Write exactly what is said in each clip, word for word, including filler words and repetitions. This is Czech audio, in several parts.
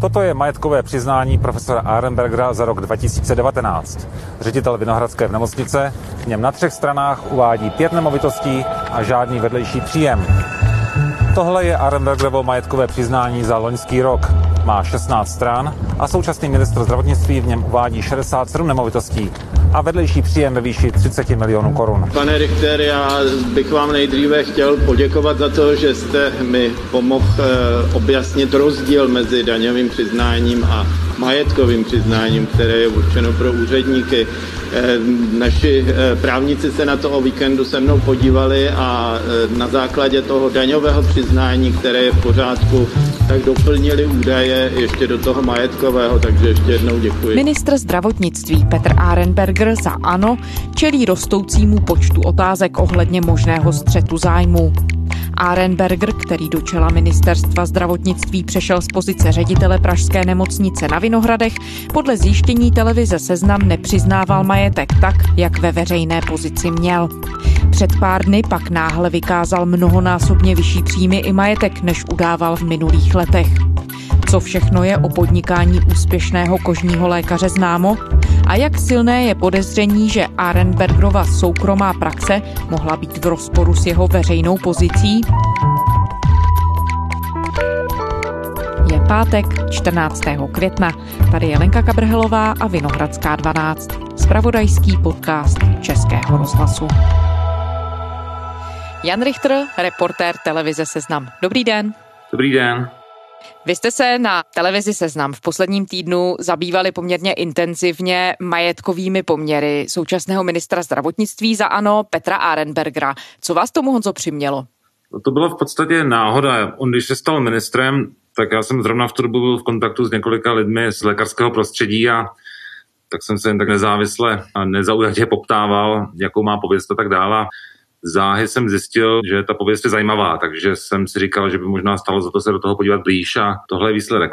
Toto je majetkové přiznání profesora Arenbergera za rok dva tisíce devatenáct. Ředitel Vinohradské nemocnice v něm na třech stranách uvádí pět nemovitostí a žádný vedlejší příjem. Tohle je Arenbergerovo majetkové přiznání za loňský rok. Má šestnáct stran a současný ministr zdravotnictví v něm uvádí šedesát sedm nemovitostí a vedlejší příjem ve výši třicet milionů korun. Pane Richter, já bych vám nejdříve chtěl poděkovat za to, že jste mi pomohl objasnit rozdíl mezi daňovým přiznáním a majetkovým přiznáním, které je určeno pro úředníky. Naši právníci se na to o víkendu se mnou podívali a na základě toho daňového přiznání, které je v pořádku, tak doplnili údaje ještě do toho majetkového, takže ještě jednou děkuji. Ministr zdravotnictví Petr Arenberger za ANO čelí rostoucímu počtu otázek ohledně možného střetu zájmů. Arenberger, který do čela ministerstva zdravotnictví přešel z pozice ředitele pražské nemocnice na Vinohradech, podle zjištění televize Seznam nepřiznával majetek tak, jak ve veřejné pozici měl. Před pár dny pak náhle vykázal mnohonásobně vyšší příjmy i majetek, než udával v minulých letech. Co všechno je o podnikání úspěšného kožního lékaře známo? A jak silné je podezření, že Arenbergerova soukromá praxe mohla být v rozporu s jeho veřejnou pozicí? Je pátek, čtrnáctého května. Tady je Lenka Kabrhelová a Vinohradská dvanáct. Zpravodajský podcast Českého rozhlasu. Jan Richter, reportér televize Seznam. Dobrý den. Dobrý den. Vy jste se na televizi Seznam v posledním týdnu zabývali poměrně intenzivně majetkovými poměry současného ministra zdravotnictví za ANO Petra Arenbergera. Co vás tomu, Honzo, přimělo? To byla v podstatě náhoda. On, když se stal ministrem, tak já jsem zrovna v tu dobu byl v kontaktu s několika lidmi z lékařského prostředí a tak jsem se jen tak nezávisle a nezaujatě poptával, jakou má pověst a tak dále. Záhy jsem zjistil, že ta pověst je zajímavá, takže jsem si říkal, že by možná stalo za to se do toho podívat blíž a tohle je výsledek.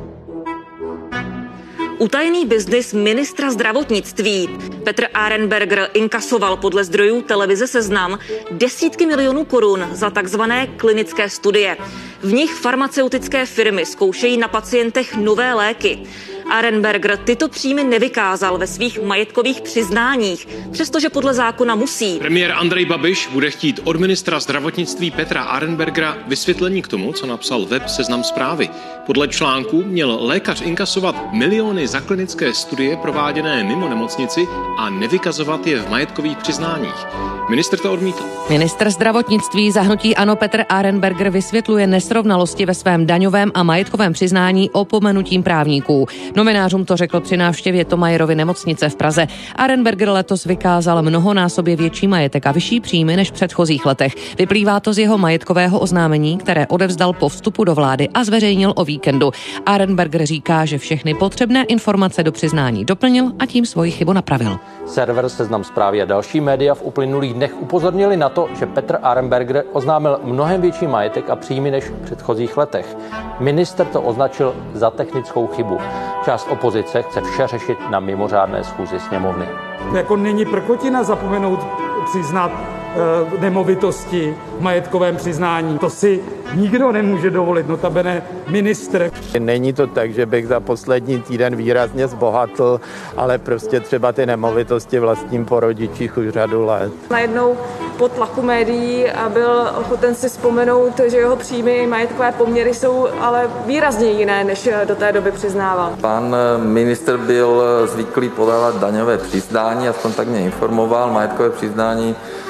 Utajený biznis ministra zdravotnictví. Petr Arenberger inkasoval podle zdrojů televize Seznam desítky milionů korun za takzvané klinické studie. V nich farmaceutické firmy zkoušejí na pacientech nové léky. Arenberger tyto příjmy nevykázal ve svých majetkových přiznáních, přestože podle zákona musí. Premiér Andrej Babiš bude chtít od ministra zdravotnictví Petra Arenbergera vysvětlení k tomu, co napsal web Seznam Zprávy. Podle článku měl lékař inkasovat miliony za klinické studie prováděné mimo nemocnici a nevykazovat je v majetkových přiznáních. Ministr to odmítl. Ministr zdravotnictví za hnutí ANO Petr Arenberger vysvětluje nesrovnalosti ve svém daňovém a majetkovém přiznání opomenutím právníků. Novinářům to řekl při návštěvě Thomayerovy nemocnice v Praze. Arenberger letos vykázal mnohonásobně větší majetek a vyšší příjmy než v předchozích letech. Vyplývá to z jeho majetkového oznámení, které odevzdal po vstupu do vlády a zveřejnil o víkendu. Arenberger říká, že všechny potřebné informace do přiznání doplnil a tím svoji chybu napravil. Server Seznam Zprávy a další média v uplynulých dnech upozornili na to, že Petr Arenberger oznámil mnohem větší majetek a příjmy než v předchozích letech. Minister to označil za technickou chybu. Část opozice chce vše řešit na mimořádné schůzi sněmovny. Jako není prkotina zapomenout přiznat e, nemovitosti v majetkovém přiznání. To si nikdo nemůže dovolit, notabene ministr. Není to tak, že bych za poslední týden výrazně zbohatl, ale prostě třeba ty nemovitosti vlastním po rodičích už řadu let. Najednou po tlaku médií byl ochoten si vzpomenout, že jeho příjmy majetkové poměry jsou ale výrazně jiné, než do té doby přiznával. Pan ministr byl zvyklý podávat daňové přiznání, aspoň tak mě informoval, majetkové přiznání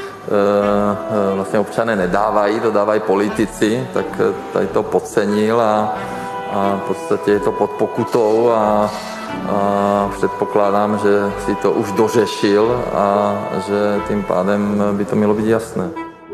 vlastně občané nedávají, to dávají politici, tak tady to podcenil a, a v podstatě je to pod pokutou a, a předpokládám, že si to už dořešil a že tím pádem by to mělo být jasné.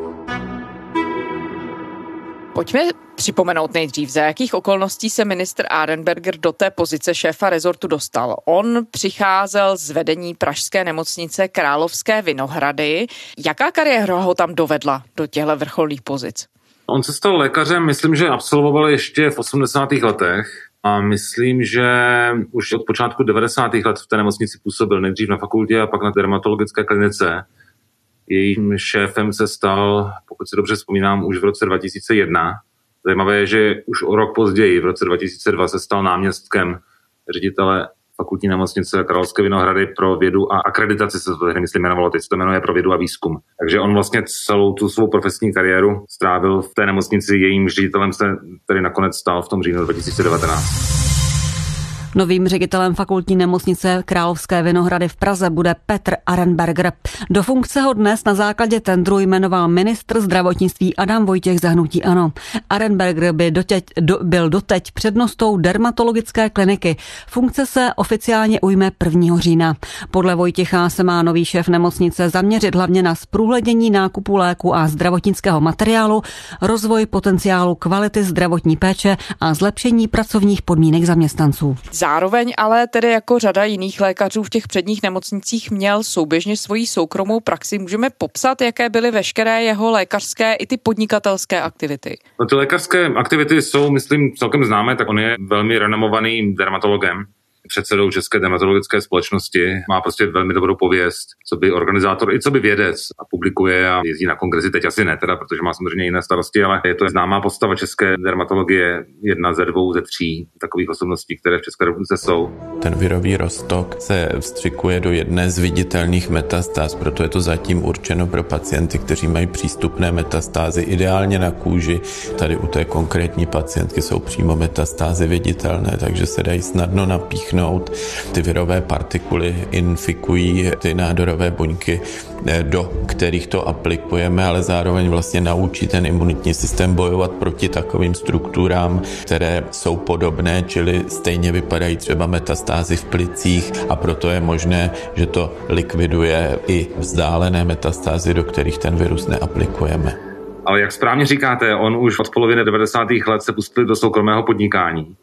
Pojďme připomenout nejdřív, za jakých okolností se ministr Arenberger do té pozice šéfa rezortu dostal. On přicházel z vedení pražské nemocnice Královské Vinohrady. Jaká kariéra ho tam dovedla do těchto vrcholných pozic? On se stal lékařem, myslím, že absolvoval ještě v osmdesátých letech a myslím, že už od počátku devadesátých let v té nemocnici působil nejdřív na fakultě a pak na dermatologické klinice. Jejím šéfem se stal, pokud si dobře vzpomínám, už v roce dva tisíce jedna. Zajímavé je, že už o rok později, v roce dva tisíce dva, se stal náměstkem ředitele Fakultní nemocnice Královské Vinohrady pro vědu a akreditaci, se to tehdy myslím jmenovalo, teď se to jmenuje pro vědu a výzkum. Takže on vlastně celou tu svou profesní kariéru strávil v té nemocnici, jejím ředitelem se tedy nakonec stal v tom říjnu dva tisíce devatenáct. Novým ředitelem Fakultní nemocnice Královské Vinohrady v Praze bude Petr Arenberger. Do funkce ho dnes na základě tendru jmenoval ministr zdravotnictví Adam Vojtěch za hnutí ANO. Arenberger by doteď, do, byl doteď přednostou dermatologické kliniky. Funkce se oficiálně ujme prvního října. Podle Vojtěcha se má nový šéf nemocnice zaměřit hlavně na zprůhlednění nákupu léku a zdravotnického materiálu, rozvoj potenciálu kvality zdravotní péče a zlepšení pracovních podmínek zaměstnanců. Zároveň ale tedy jako řada jiných lékařů v těch předních nemocnicích měl souběžně svoji soukromou praxi. Můžeme popsat, jaké byly veškeré jeho lékařské i ty podnikatelské aktivity? No, ty lékařské aktivity jsou, myslím, celkem známé, tak on je velmi renomovaným dermatologem, předsedou České dermatologické společnosti, má prostě velmi dobrou pověst, co by organizátor i co by vědec a publikuje a jezdí na kongresy, teď asi ne teda, protože má samozřejmě jiné starosti, ale je to známá postava české dermatologie, jedna ze dvou, ze tří takových osobností, které v České republice jsou. Ten virový roztok se vstřikuje do jedné z viditelných metastáz, proto je to zatím určeno pro pacienty, kteří mají přístupné metastázy, ideálně na kůži. Tady u té konkrétní pacientky jsou přímo metastázy viditelné, takže se dají snadno napíchnout. Ty virové partikuly infikují ty nádorové buňky, do kterých to aplikujeme, ale zároveň vlastně naučí ten imunitní systém bojovat proti takovým strukturám, které jsou podobné, čili stejně vypadají třeba metastázy v plicích a proto je možné, že to likviduje i vzdálené metastázy, do kterých ten virus neaplikujeme. Ale jak správně říkáte, on už od poloviny devadesátých let se pustil do soukromého podnikání.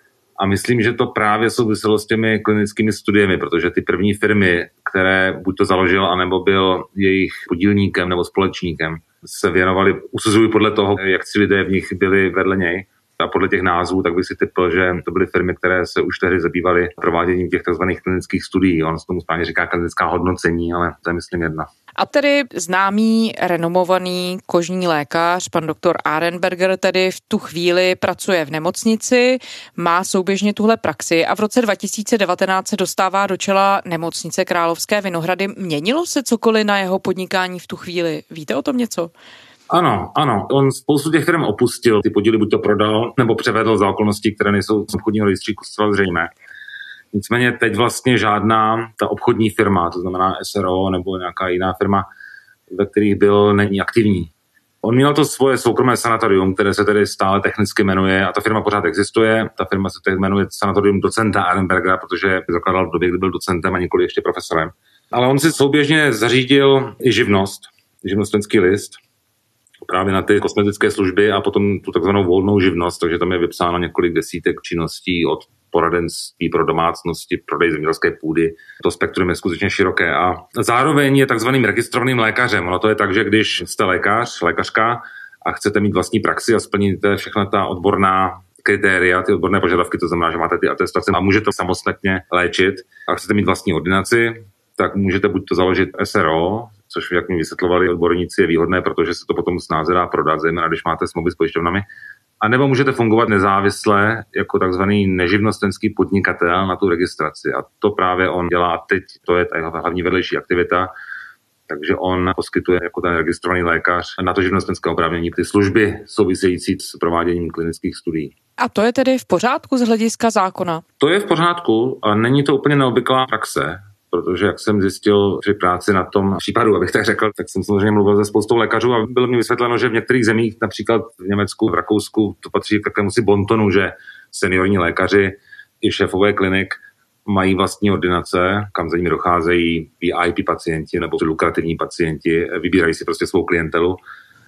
A myslím, že to právě souviselo s těmi klinickými studiemi, protože ty první firmy, které buď to založil, anebo byl jejich podílníkem nebo společníkem, se věnovali, usuzují podle toho, jak si lidé v nich byli vedle něj. A podle těch názvů, tak bych si typl, že to byly firmy, které se už tehdy zabývaly prováděním těch tzv. Klinických studií. On se tomu správně říká klinická hodnocení, ale to je myslím jedna. A tedy známý, renomovaný kožní lékař, pan doktor Arenberger, tedy v tu chvíli pracuje v nemocnici, má souběžně tuhle praxi a v roce dva tisíce devatenáct se dostává do čela nemocnice Královské Vinohrady. Měnilo se cokoliv na jeho podnikání v tu chvíli? Víte o tom něco? Ano, ano. On spoustu těch firm opustil, ty podíly buď to prodal, nebo převedl za okolností, které nejsou z obchodního rejstříku zcela zřejmé. Nicméně teď vlastně žádná ta obchodní firma, to znamená S R O nebo nějaká jiná firma, ve kterých byl, není aktivní. On měl to svoje soukromé sanatorium, které se tedy stále technicky jmenuje, a ta firma pořád existuje. Ta firma se teď jmenuje Sanatorium docenta Arenbergera, protože zakládal v době, kdy byl docentem a nikoli ještě profesorem. Ale on si souběžně zařídil i živnost, živnostenský list, právě na ty kosmetické služby a potom tu takzvanou volnou živnost, takže tam je vypsáno několik desítek činností od poradenství pro domácnosti, prodej zemědělské půdy. To spektrum je skutečně široké a zároveň je takzvaným registrovaným lékařem. Ono to je tak, že když jste lékař, lékařka a chcete mít vlastní praxi a splníte všechna ta odborná kritéria, ty odborné požadavky, to znamená, že máte ty atestace a můžete samostatně léčit a chcete mít vlastní ordinaci, tak můžete buď to založit S R O, což jak mi vysvětlovali odborníci, je výhodné, protože se to potom snáze dá prodat, zejména když máte smlouvy s pojišťovnami. A nebo můžete fungovat nezávisle jako takzvaný neživnostenský podnikatel na tu registraci. A to právě on dělá a teď to je ta jeho hlavní vedlejší aktivita. Takže on poskytuje jako ten registrovaný lékař na to živnostenské oprávnění ty služby související s prováděním klinických studií. A to je tedy v pořádku z hlediska zákona? To je v pořádku a není to úplně neobvyklá praxe. Protože jak jsem zjistil při práci na tom případu, abych tak řekl, tak jsem samozřejmě mluvil se spoustou lékařů a bylo mi vysvětleno, že v některých zemích, například v Německu, v Rakousku, to patří k takovému si bontonu, že seniorní lékaři i šéfové klinik mají vlastní ordinace, kam za nimi docházejí V I P pacienti nebo lukrativní pacienti, vybírají si prostě svou klientelu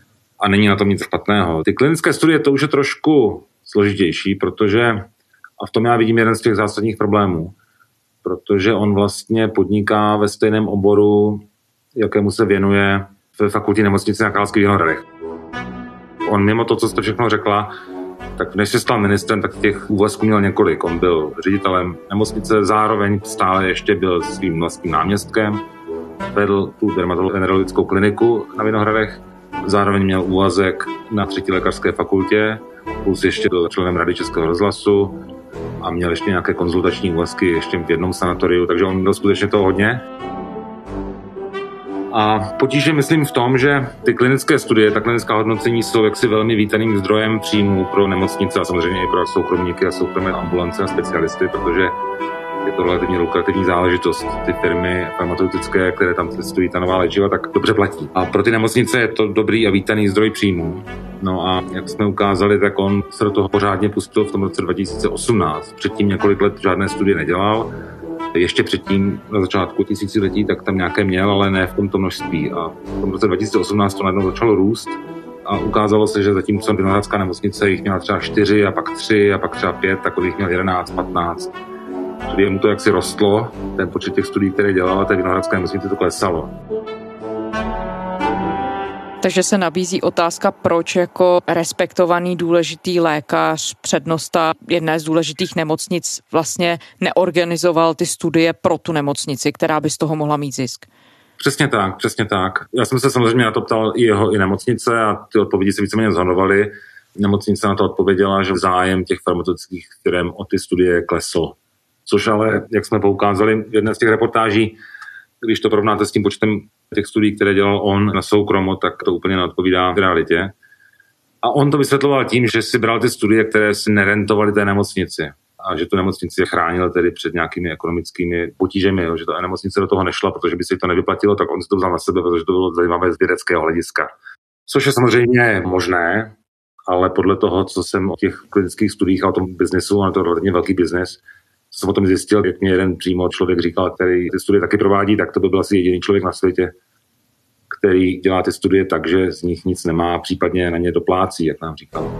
a není na tom nic špatného. Ty klinické studie, to už je trošku složitější, protože, a v tom já vidím jeden z těch zásadních problémů, protože on vlastně podniká ve stejném oboru, jakému se věnuje ve fakultní nemocnici na Královských Vinohradech. On mimo to, co jste všechno řekla, tak než se stal ministrem, tak těch úvazků měl několik. On byl ředitelem nemocnice, zároveň stále ještě byl svým vlastním náměstkem, vedl tu dermatologickou kliniku na Vinohradech Zároveň měl úvazek na třetí lékařské fakultě, plus ještě byl členem Rady Českého rozhlasu a měl ještě nějaké konzultační úvazky ještě v jednom sanatoriu, takže on měl skutečně toho hodně. A potíže myslím v tom, že ty klinické studie, ta klinická hodnocení jsou jaksi velmi vítaným zdrojem příjmů pro nemocnice a samozřejmě i pro soukromníky a soukromé ambulance a specialisty, protože je to relativně lukrativní záležitost. Ty firmy farmaceutické, které tam testují ta nová léčiva, tak dobře platí. A pro ty nemocnice je to dobrý a vítaný zdroj příjmů. No a jak jsme ukázali, tak on se do toho pořádně pustil v tom roce dva tisíce osmnáct. Předtím několik let žádné studie nedělal. Ještě předtím, na začátku tisíciletí, tak tam nějaké měl, ale ne v tomto množství. A v tom roce dva tisíce osmnáct to najednou začalo růst a ukázalo se, že zatímco Vinohradská nemocnice jich měla třeba čtyři a pak tři a pak třeba pět, tak jich měl jedenáct, patnáct. Čili mu to jaksi rostlo, ten počet těch studií, které dělala, té Vinohradské nemocnice to klesalo. Takže se nabízí otázka, proč jako respektovaný důležitý lékař, přednosta jedné z důležitých nemocnic vlastně neorganizoval ty studie pro tu nemocnici, která by z toho mohla mít zisk. Přesně tak, přesně tak. Já jsem se samozřejmě na to ptal i jeho, i nemocnice a ty odpovědi se víceméně zhonovaly. Nemocnice na to odpověděla, že zájem těch farmaceutických firm o ty studie klesl. Což ale, jak jsme poukázali v jedné z těch reportáží, když to porovnáte s tím počtem těch studií, které dělal on na soukromo, tak to úplně neodpovídá v realitě. A on to vysvětloval tím, že si bral ty studie, které si nerentovaly té nemocnici a že tu nemocnici chránil tedy před nějakými ekonomickými potížemi, jo, že ta nemocnice do toho nešla, protože by si to nevyplatilo, tak on si to vzal na sebe, protože to bylo zajímavé z vědeckého hlediska. Což je samozřejmě možné, ale podle toho, co jsem o těch klinických studiích a o tom biznesu, a to je relativně velký biznes, co jsem o tom zjistil, jak mě jeden přímo člověk říkal, který ty studie taky provádí, tak to by byl asi jediný člověk na světě, který dělá ty studie tak, že z nich nic nemá, případně na ně doplácí, jak nám říkal.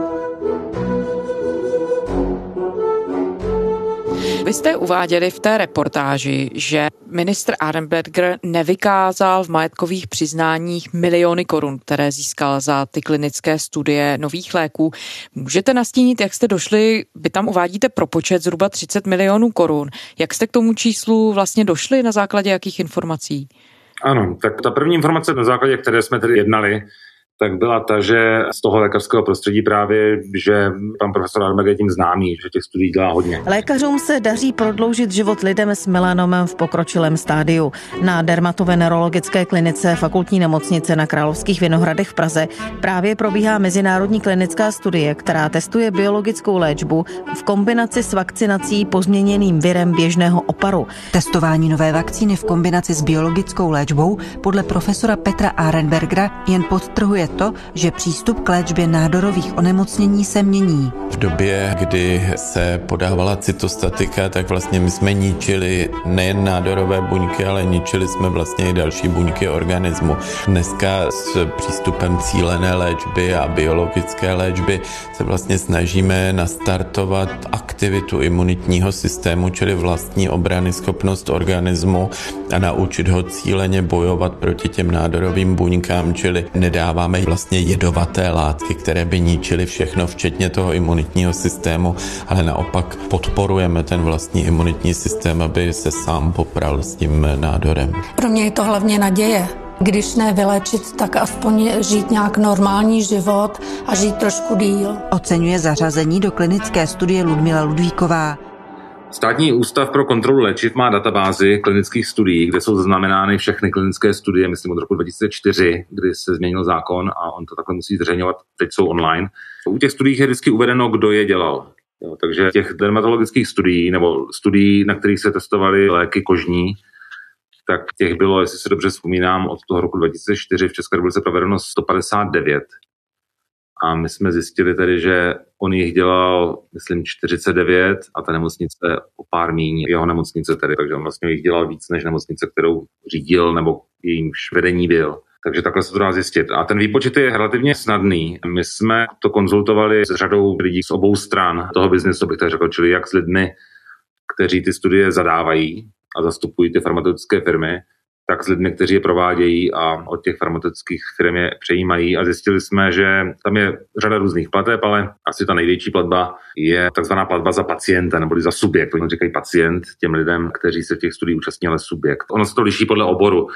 Vy jste uváděli v té reportáži, že ministr Arenberger nevykázal v majetkových přiznáních miliony korun, které získal za ty klinické studie nových léků. Můžete nastínit, jak jste došli, vy tam uvádíte propočet zhruba třicet milionů korun. Jak jste k tomu číslu vlastně došli, na základě jakých informací? Ano, tak ta první informace, na základě které jsme tedy jednali, tak byla ta, že z toho lékařského prostředí právě, že pan profesor Arenberger je tím známý, že těch studií dělá hodně. Lékařům se daří prodloužit život lidem s melanomem v pokročilém stádiu. Na dermatovenerologické klinice Fakultní nemocnice na Královských Vinohradech v Praze právě probíhá mezinárodní klinická studie, která testuje biologickou léčbu v kombinaci s vakcinací pozměněným virem běžného oparu. Testování nové vakcíny v kombinaci s biologickou léčbou podle profesora Petra Arenbergera jen podtrhuje to, že přístup k léčbě nádorových onemocnění se mění. V době, kdy se podávala cytostatika, tak vlastně my jsme ničili nejen nádorové buňky, ale ničili jsme vlastně i další buňky organismu. Dneska s přístupem cílené léčby a biologické léčby se vlastně snažíme nastartovat aktivitu imunitního systému, čili vlastní obrany schopnost organismu a naučit ho cíleně bojovat proti těm nádorovým buňkám, čili nedáváme vlastně jedovaté látky, které by ničily všechno, včetně toho imunitního systému, ale naopak podporujeme ten vlastní imunitní systém, aby se sám popral s tím nádorem. Pro mě je to hlavně naděje. Když ne vylečit, tak aspoň žít nějak normální život a žít trošku díl. Oceňuje zařazení do klinické studie Ludmila Ludvíková. Státní ústav pro kontrolu léčiv má databázi klinických studií, kde jsou zaznamenány všechny klinické studie, myslím od roku dva tisíce čtyři, kdy se změnil zákon a on to takhle musí zveřejňovat, teď jsou online. U těch studií je vždycky uvedeno, kdo je dělal. Jo, takže těch dermatologických studií nebo studií, na kterých se testovaly léky kožní, tak těch bylo, jestli se dobře vzpomínám, od toho roku dva tisíce čtyři v České republice provedeno sto padesát devět. A my jsme zjistili tedy, že on jich dělal, myslím, čtyřicet devět a ta nemocnice o pár míň, jeho nemocnice tedy, takže on vlastně jich dělal víc než nemocnice, kterou řídil nebo jejímž vedení byl. Takže takhle se to dá zjistit. A ten výpočet je relativně snadný. My jsme to konzultovali s řadou lidí z obou stran toho biznesu, bych tak řekl, čili jak s lidmi, kteří ty studie zadávají a zastupují ty farmaceutické firmy, tak s lidmi, kteří je provádějí a od těch farmaceutických firm je přejímají. A zjistili jsme, že tam je řada různých plateb, ale asi ta největší platba je takzvaná platba za pacienta, nebo za subjekt. Oni říkají pacient těm lidem, kteří se těch studií účastní, ale subjekt. Ono se to liší podle oboru.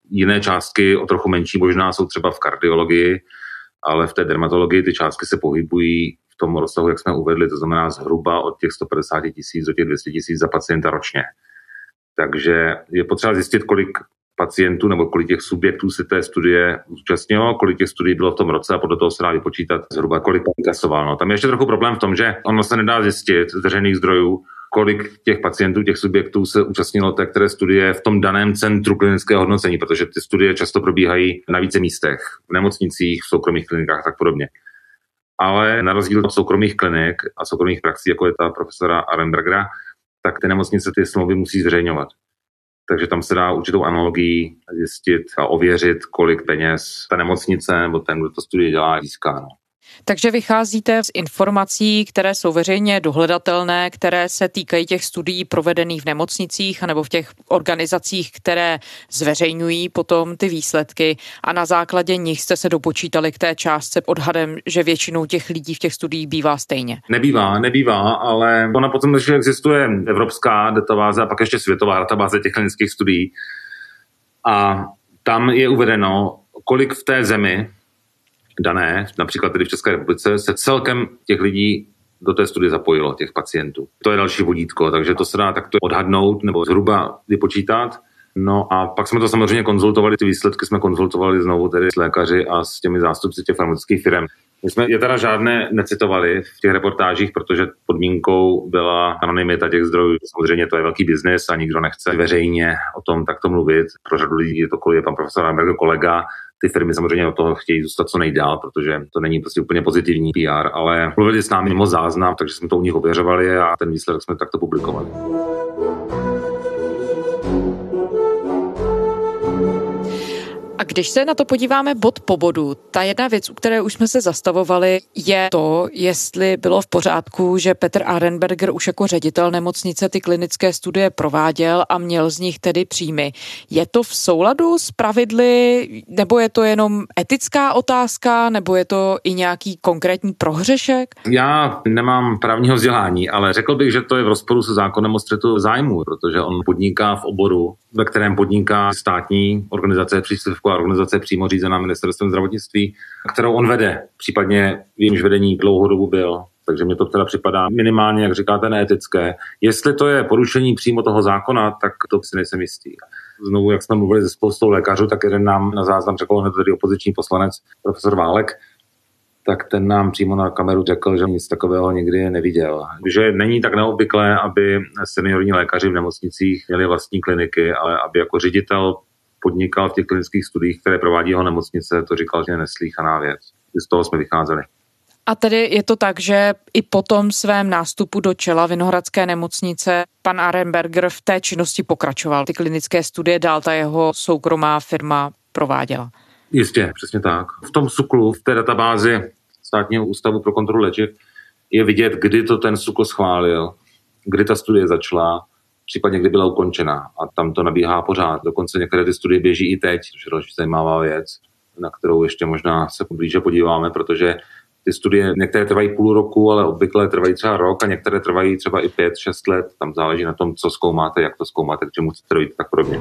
Jiné částky, o trochu menší možná, jsou třeba v kardiologii, ale v té dermatologii ty částky se pohybují v tom rozsahu, jak jsme uvedli, to znamená zhruba od těch sto padesát tisíc do těch dvě stě tisíc za pacienta ročně. Takže je potřeba zjistit, kolik pacientů nebo kolik těch subjektů si té studie zúčastnilo, kolik těch studií bylo v tom roce a podle toho se dá vypočítat zhruba, kolik inkasoval. No, tam je ještě trochu problém v tom, že ono se nedá zjistit z veřejných zdrojů, kolik těch pacientů, těch subjektů se účastnilo té které studie v tom daném centru klinického hodnocení, protože ty studie často probíhají na více místech, v nemocnicích, v soukromých klinikách a tak podobně. Ale na rozdíl od soukromých klinik a soukromých praxí, jako je ta profesora Arenbergera, tak ty nemocnice ty smlouvy musí zveřejňovat. Takže tam se dá určitou analogii zjistit a ověřit, kolik peněz ta nemocnice nebo ten, kdo to studie dělá, získá. No. Takže vycházíte z informací, které jsou veřejně dohledatelné, které se týkají těch studií provedených v nemocnicích anebo v těch organizacích, které zveřejňují potom ty výsledky a na základě nich jste se dopočítali k té částce odhadem, že většinou těch lidí v těch studiích bývá stejně. Nebývá, nebývá, ale ona potom, že existuje evropská databáze a pak ještě světová databáze těch klinických studií a tam je uvedeno, kolik v té zemi dané, například tedy v České republice, se celkem těch lidí do té studie zapojilo, těch pacientů. To je další vodítko, takže to se dá takto odhadnout nebo zhruba vypočítat. No a pak jsme to samozřejmě konzultovali, ty výsledky jsme konzultovali znovu tedy s lékaři a s těmi zástupci těch farmaceutických firm. My jsme je teda žádné necitovali v těch reportážích, protože podmínkou byla anonymita těch zdrojů. Samozřejmě to je velký biznis a nikdo nechce veřejně o tom takto mluvit. Pro řadu lidí je to je pan profesor Arenberger kolega. Ty firmy samozřejmě od toho chtějí zůstat co nejdál, protože to není prostě úplně pozitivní P R, ale mluvili s námi mimo záznam, takže jsme to u nich ověřovali a ten výsledek jsme takto publikovali. A když se na to podíváme bod po bodu, ta jedna věc, u které už jsme se zastavovali, je to, jestli bylo v pořádku, že Petr Arenberger už jako ředitel nemocnice ty klinické studie prováděl a měl z nich tedy příjmy. Je to v souladu s pravidly, nebo je to jenom etická otázka, nebo je to i nějaký konkrétní prohřešek? Já nemám právního vzdělání, ale řekl bych, že to je v rozporu se zákonem o střetu zájmů, protože on podniká v oboru, ve kterém podniká státní organizace, příspěvková organizace přímo řízená ministerstvem zdravotnictví, kterou on vede, případně v jejímž vedení dlouhou dobu byl. Takže mně to teda připadá minimálně, jak říkáte, neetické. Jestli to je porušení přímo toho zákona, tak to si nejsem jistý. Znovu, jak jsme mluvili se spoustou lékařů, tak jeden nám na záznam řekl, hned tady opoziční poslanec, profesor Válek, tak ten nám přímo na kameru řekl, že nic takového nikdy neviděl. Že není tak neobvyklé, aby seniorní lékaři v nemocnicích měli vlastní kliniky, ale aby jako ředitel podnikal v těch klinických studiích, které provádí jeho nemocnice, to říkal, že je neslýchaná věc. Z toho jsme vycházeli. A tedy je to tak, že i po tom svém nástupu do čela Vinohradské nemocnice pan Arenberger v té činnosti pokračoval. Ty klinické studie dál ta jeho soukromá firma prováděla. Jistě, přesně tak. V tom SÚKLu, v té databázi Státního ústavu pro kontrolu léčiv, je vidět, kdy to ten SÚKL schválil, kdy ta studie začala, případně kdy byla ukončena. A tam to nabíhá pořád. Dokonce některé ty studie běží i teď, což je další zajímavá věc, na kterou ještě možná se blíže podíváme, protože ty studie některé trvají půl roku, ale obvykle trvají třeba rok a některé trvají třeba i pět, šest let. Tam záleží na tom, co zkoumáte, jak to zkoumáte, k čemu chcete dojít, tak podobně.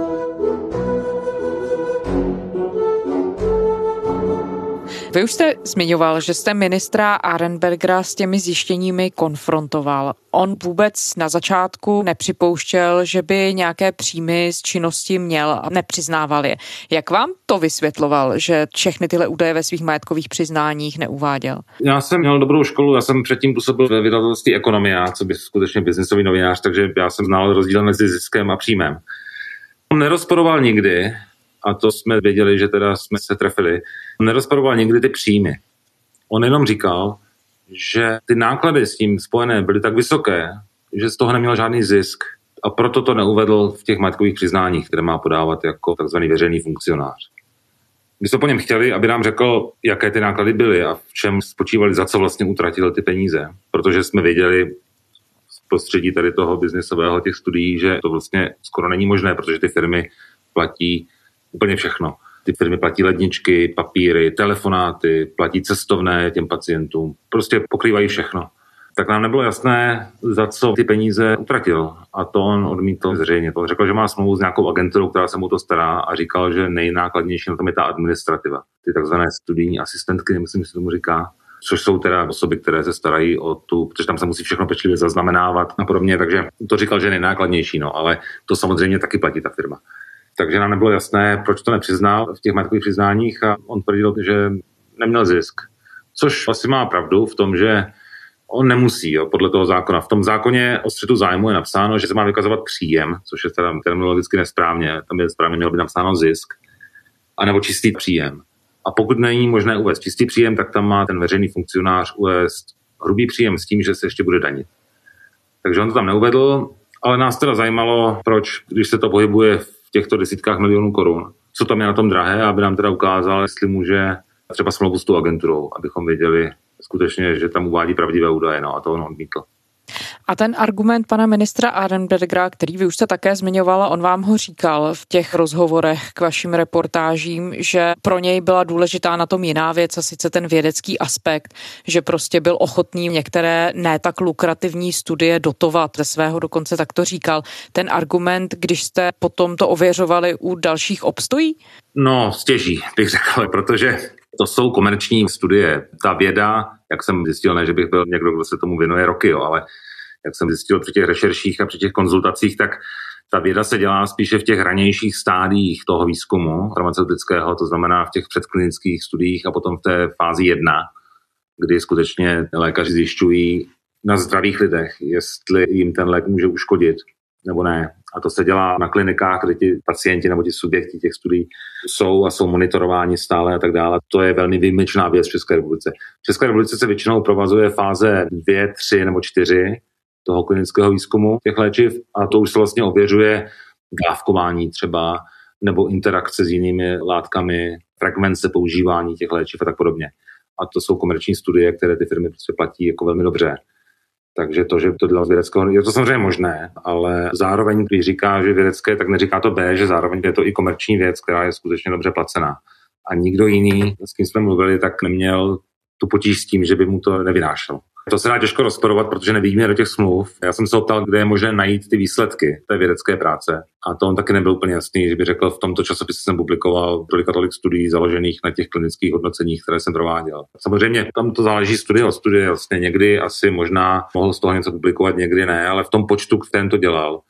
Vy už jste zmiňoval, že jste ministra Arenbergera s těmi zjištěními konfrontoval. On vůbec na začátku nepřipouštěl, že by nějaké příjmy z činnosti měl a nepřiznával je. Jak vám to vysvětloval, že všechny tyhle údaje ve svých majetkových přiznáních neuváděl? Já jsem měl dobrou školu, já jsem předtím působil ve vydavatelství Ekonomia, co by skutečně biznisový novinář, takže já jsem znal rozdíl mezi ziskem a příjmem. On nerozporoval nikdy, a to jsme věděli, že teda jsme se trefili, on nerozporoval nikdy ty příjmy. On jenom říkal, že ty náklady s tím spojené byly tak vysoké, že z toho neměl žádný zisk a proto to neuvedl v těch majetkových přiznáních, které má podávat jako takzvaný veřejný funkcionář. My jsme po něm chtěli, aby nám řekl, jaké ty náklady byly a v čem spočívali, za co vlastně utratil ty peníze, protože jsme věděli z prostředí tady toho biznisového těch studií, že to vlastně skoro není možné, protože ty firmy platí úplně všechno. Ty firmy platí ledničky, papíry, telefonáty, platí cestovné těm pacientům. Prostě pokrývají všechno. tak nám nebylo jasné, za co ty peníze utratil. A to on odmítl zřejmě. To řekl, že má smlouvu s nějakou agenturou, která se mu to stará, a říkal, že nejnákladnější na tom je ta administrativa. Ty takzvané studijní asistentky, nemyslím, že se tomu říká, což jsou teda osoby, které se starají o tu, protože tam se musí všechno pečlivě zaznamenávat a podobně, takže to říkal, že je nejnákladnější, no, ale to samozřejmě taky platí ta firma. Takže nám nebylo jasné, proč to nepřiznal v těch majetkových přiznáních, a on tvrdil, že neměl zisk. Což asi má pravdu v tom, že on nemusí, jo, podle toho zákona. V tom zákoně o střetu zájmu je napsáno, že se má vykazovat příjem, což je teda terminologicky nesprávně, tam je správně mělo být napsáno zisk, anebo čistý příjem. A pokud není možné uvést čistý příjem, tak tam má ten veřejný funkcionář uvést hrubý příjem s tím, že se ještě bude danit. Takže on to tam neuvedl, ale nás teda zajímalo, proč, když se to pohybuje v těchto desítkách milionů korun, co tam je na tom drahé, aby nám teda ukázal, jestli může třeba smlouvu s tou agenturou, abychom věděli skutečně, že tam uvádí pravdivé údaje, no, a to on odmítl. A ten argument pana ministra Arenbergera, který vy už jste také zmiňovala, on vám ho říkal v těch rozhovorech k vašim reportážím, že pro něj byla důležitá na tom jiná věc, a sice ten vědecký aspekt, že prostě byl ochotný některé ne tak lukrativní studie dotovat, ze svého dokonce tak to říkal. Ten argument, když jste potom to ověřovali, u dalších obstojí? No, stěží, bych řekl, protože to jsou komerční studie. Ta věda, jak jsem zjistil, ne, že bych byl někdo, kdo se tomu věnuje roky, jo, ale jak jsem zjistil při těch rešerších a při těch konzultacích, tak ta věda se dělá spíše v těch ranějších stádiích toho výzkumu farmaceutického, to znamená v těch předklinických studiích a potom v té fázi jedna, kdy skutečně lékaři zjišťují na zdravých lidech, jestli jim ten lék může uškodit nebo ne. A to se dělá na klinikách, kde ti pacienti nebo ti subjekti těch studií jsou a jsou monitorováni stále a tak dále. To je velmi výjimečná věc v České republice. V České republice se většinou provazuje fáze dvě, tři nebo čtyři toho klinického výzkumu těch léčiv, a to už se vlastně ověřuje dávkování třeba nebo interakce s jinými látkami, frekvence používání těch léčiv a tak podobně. A to jsou komerční studie, které ty firmy prostě platí jako velmi dobře. Takže to, že to dělal z vědeckého, je to samozřejmě možné, ale zároveň, když říká, že vědecké, tak neříká to B, že zároveň je to i komerční věc, která je skutečně dobře placená. A nikdo jiný, s kým jsme mluvili, tak neměl tu potíž s tím, že by mu to nevynášelo. To se dá těžko rozporovat, protože nevidíme do těch smluv. Já jsem se optal, kde je možné najít ty výsledky té vědecké práce. A to on taky nebyl úplně jasný, že by řekl, v tomto časopise jsem publikoval tolika tolik studií založených na těch klinických hodnoceních, které jsem prováděl. Samozřejmě tam to záleží studie od studie. Vlastně někdy asi možná mohl z toho něco publikovat, někdy ne, ale v tom počtu, který to dělal.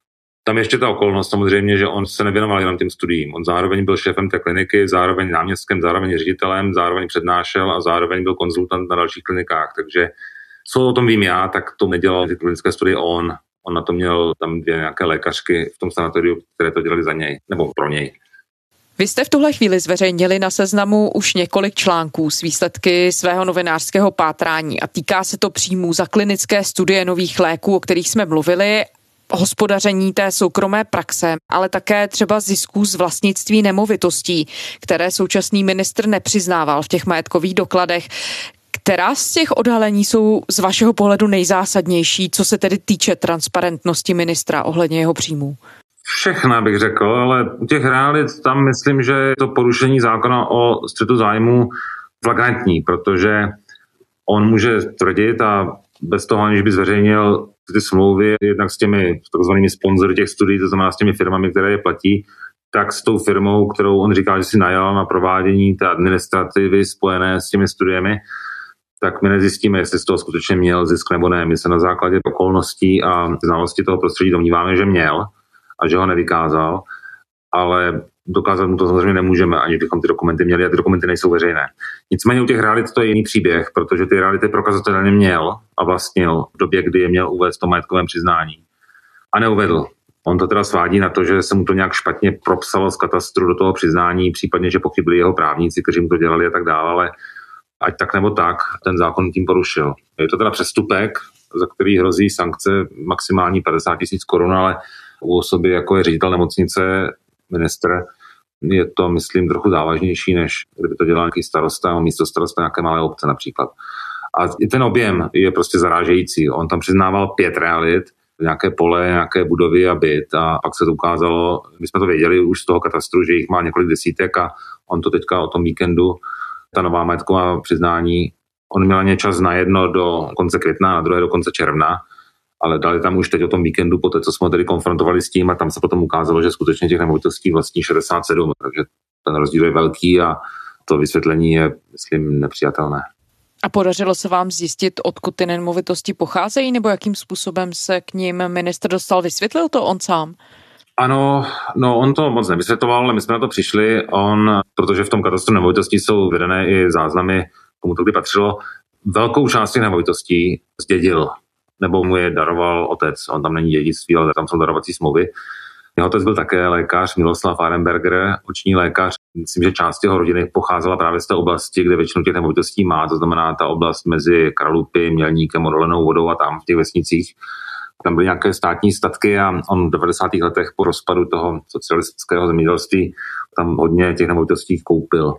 Tam ještě ta okolnost samozřejmě, že on se nevěnoval jenom těm studiím. On zároveň byl šéfem té kliniky, zároveň náměstkem, zároveň ředitelem, zároveň přednášel a zároveň byl konzultant na dalších klinikách. Takže co o tom vím já, tak to nedělal ty klinické studie on. On na to měl tam dvě nějaké lékařky v tom sanatoriu, které to dělali za něj, nebo pro něj. Vy jste v tuhle chvíli zveřejnili na Seznamu už několik článků s výsledky svého novinářského pátrání a týká se to příjmů za klinické studie nových léků, o kterých jsme mluvili, hospodaření té soukromé praxe, ale také třeba zisků z vlastnictví nemovitostí, které současný ministr nepřiznával v těch majetkových dokladech. Která z těch odhalení jsou z vašeho pohledu nejzásadnější, co se tedy týče transparentnosti ministra ohledně jeho příjmů? Všechna bych řekl, ale u těch realit tam myslím, že je to porušení zákona o střetu zájmu flagrantní, protože on může tvrdit a bez toho, aniž by zveřejnil ty smlouvy, jednak s těmi takzvanými sponzory těch studií, to znamená s těmi firmami, které je platí, tak s tou firmou, kterou on říká, že si najal na provádění té administrativy spojené s těmi studiemi, tak my nezjistíme, jestli z toho skutečně měl zisk nebo ne. My se na základě okolností a znalosti toho prostředí domníváme, že měl a že ho nevykázal, ale dokázat mu to samozřejmě nemůžeme, aniž bychom ty dokumenty měli, a ty dokumenty nejsou veřejné. Nicméně u těch realit to je jiný příběh, protože ty reality prokazatelně měl a vlastnil v době, kdy je měl uvést v tom majetkovém přiznání. A neuvedl. On to teda svádí na to, že se mu to nějak špatně propsalo z katastru do toho přiznání, případně, že pochybili jeho právníci, kteří mu to dělali a tak dále, ale ať tak nebo tak, ten zákon tím porušil. Je to teda přestupek, za který hrozí sankce maximální padesát tisíc korun, ale u osoby, jako je ředitel nemocnice, ministr, je to, myslím, trochu závažnější, než kdyby to dělal nějaký starosta nebo místo starosta nějaké malé obce například. A i ten objem je prostě zarážející. On tam přiznával pět realit, nějaké pole, nějaké budovy a byt, a pak se to ukázalo, my jsme to věděli už z toho katastru, že jich má několik desítek, a on to teďka o tom víkendu, ta nová majetková přiznání On měl ně čas na jedno do konce května, na druhé do konce června, ale dali tam už teď o tom víkendu, po té, co jsme tedy konfrontovali s tím, a tam se potom ukázalo, že skutečně těch nemovitostí vlastní šedesát sedm, takže ten rozdíl je velký a to vysvětlení je, myslím, nepřijatelné. A podařilo se vám zjistit, odkud ty nemovitosti pocházejí, nebo jakým způsobem se k ním ministr dostal? Vysvětlil to on sám? Ano, no on to moc nevysvětloval, ale my jsme na to přišli. On, protože v tom katastru nemovitostí jsou vedené i záznamy, komu to kdy patřilo, velkou část těch nemovitostí zdědil, nebo mu je daroval otec. On tam není dědictví, ale tam jsou darovací smlouvy. Jeho otec byl také lékař, Miloslav Arenberger, oční lékař. Myslím, že část jeho rodiny pocházela právě z té oblasti, kde většinu těch nemovitostí má, to znamená ta oblast mezi Kralupy, Mělníkem, Odolenou vodou a tam v těch vesnicích. Tam byly nějaké státní statky a on v devadesátých letech po rozpadu toho socialistického zemědělství tam hodně těch nemovitostí koupil.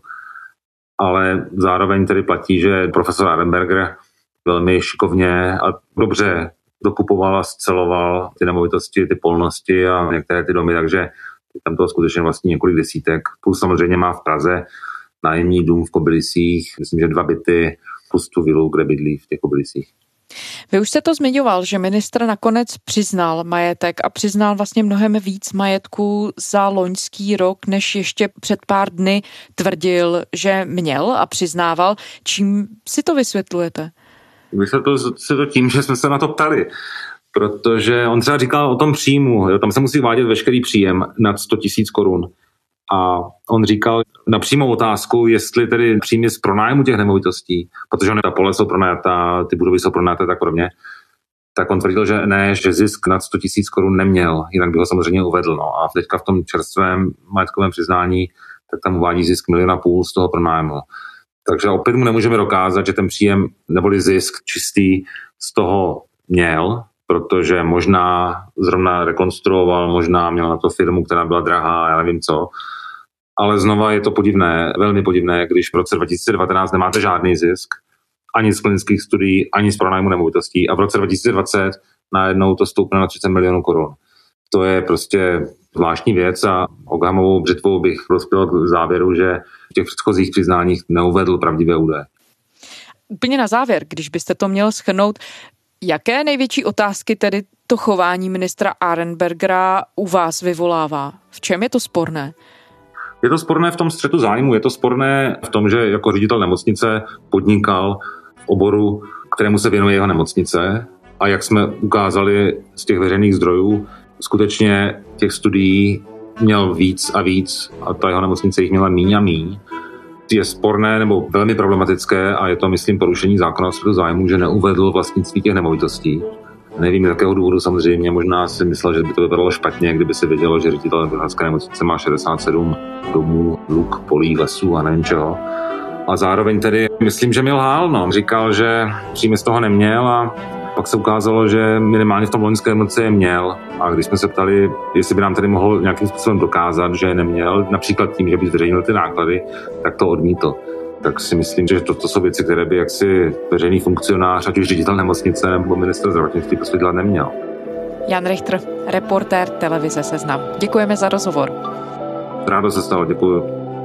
Ale zároveň tedy platí, že profesor Arenberger velmi šikovně a dobře dokupoval a sceloval ty nemovitosti, ty polnosti a některé ty domy, takže tam toho skutečně vlastní několik desítek. Plus samozřejmě má v Praze nájemní dům v Kobylisích, myslím, že dva byty, plus tu vilu, kde bydlí v těch Kobylisích. Vy už jste to zmiňoval, že ministr nakonec přiznal majetek a přiznal vlastně mnohem víc majetku za loňský rok, než ještě před pár dny tvrdil, že měl a přiznával. Čím si to vysvětlujete? Vysvětlil si to tím, že jsme se na to ptali, protože on třeba říkal o tom příjmu, jo, tam se musí vádět veškerý příjem nad sto tisíc korun. A on říkal na přímou otázku, jestli tedy příjmy z pronájmu těch nemovitostí, protože ta pole jsou pronajatá, ty budovy jsou pronajaté tak podobně, tak on tvrdil, že ne, že zisk nad sto tisíc korun neměl, jinak by ho samozřejmě uvedl. No. A teďka v tom čerstvém majetkovém přiznání, tak tam uvádí zisk miliona půl z toho pronájmu. Takže opět mu nemůžeme dokázat, že ten příjem neboli zisk čistý z toho měl, protože možná zrovna rekonstruoval, možná měl na to firmu, která byla drahá, já nevím co. Ale znova je to podivné, velmi podivné, když v roce dva tisíce devatenáct nemáte žádný zisk, ani z klinických studií, ani z pronájmu nemovitostí a v roce dva tisíce dvacet najednou to stoupne na třicet milionů korun. To je prostě zvláštní věc a Ockhamovou břitvou bych dospěl k závěru, že v těch předchozích přiznáních neuvedl pravdivé údaje. Úplně na závěr, když byste to měl shrnout, jaké největší otázky tedy to chování ministra Arenbergera u vás vyvolává? V čem je to sporné? Je to sporné v tom střetu zájmu, je to sporné v tom, že jako ředitel nemocnice podnikal v oboru, kterému se věnuje jeho nemocnice a jak jsme ukázali z těch veřejných zdrojů, skutečně těch studií měl víc a víc a ta jeho nemocnice jich měla míň a míň. Je sporné nebo velmi problematické a je to, myslím, porušení zákona o střetu zájmu, že neuvedl vlastnictví těch nemovitostí. Nevím, z jakého důvodu samozřejmě, možná si myslel, že by to vypadalo špatně, kdyby se vědělo, že ředitel Vinohradské nemocnice má šedesát sedm domů, luk, polí, lesů a nevím čeho. A zároveň tedy myslím, že mi lhal, no. Říkal, že příjmy z toho neměl a pak se ukázalo, že minimálně v tom loňském roce je měl. A když jsme se ptali, jestli by nám tedy mohl nějakým způsobem dokázat, že je neměl, například tím, že by zveřejnil ty náklady, tak to odmítl. Tak si myslím, že to, to jsou věci, které by jaksi veřejný funkcionář, ať už ředitel nemocnice nebo ministr zdravotnictví prostě dělat neměl. Jan Richter, reportér televize Seznam. Děkujeme za rozhovor. Rádo se stalo, děkuju.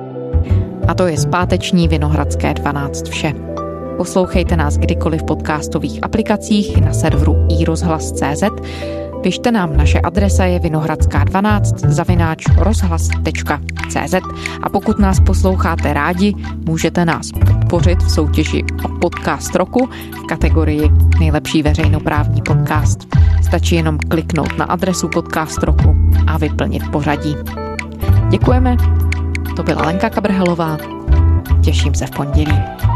A to je z páteční Vinohradské dvanáct vše. Poslouchejte nás kdykoliv v podcastových aplikacích na serveru i rozhlas tečka cé zet. Pište nám, naše adresa je vinohradská dvanáct zavináč rozhlas tečka cé zet a pokud nás posloucháte rádi, můžete nás podpořit v soutěži o podcast roku v kategorii nejlepší veřejnoprávní podcast. Stačí jenom kliknout na adresu podcast roku a vyplnit pořadí. Děkujeme, to byla Lenka Kabrhelová, těším se v pondělí.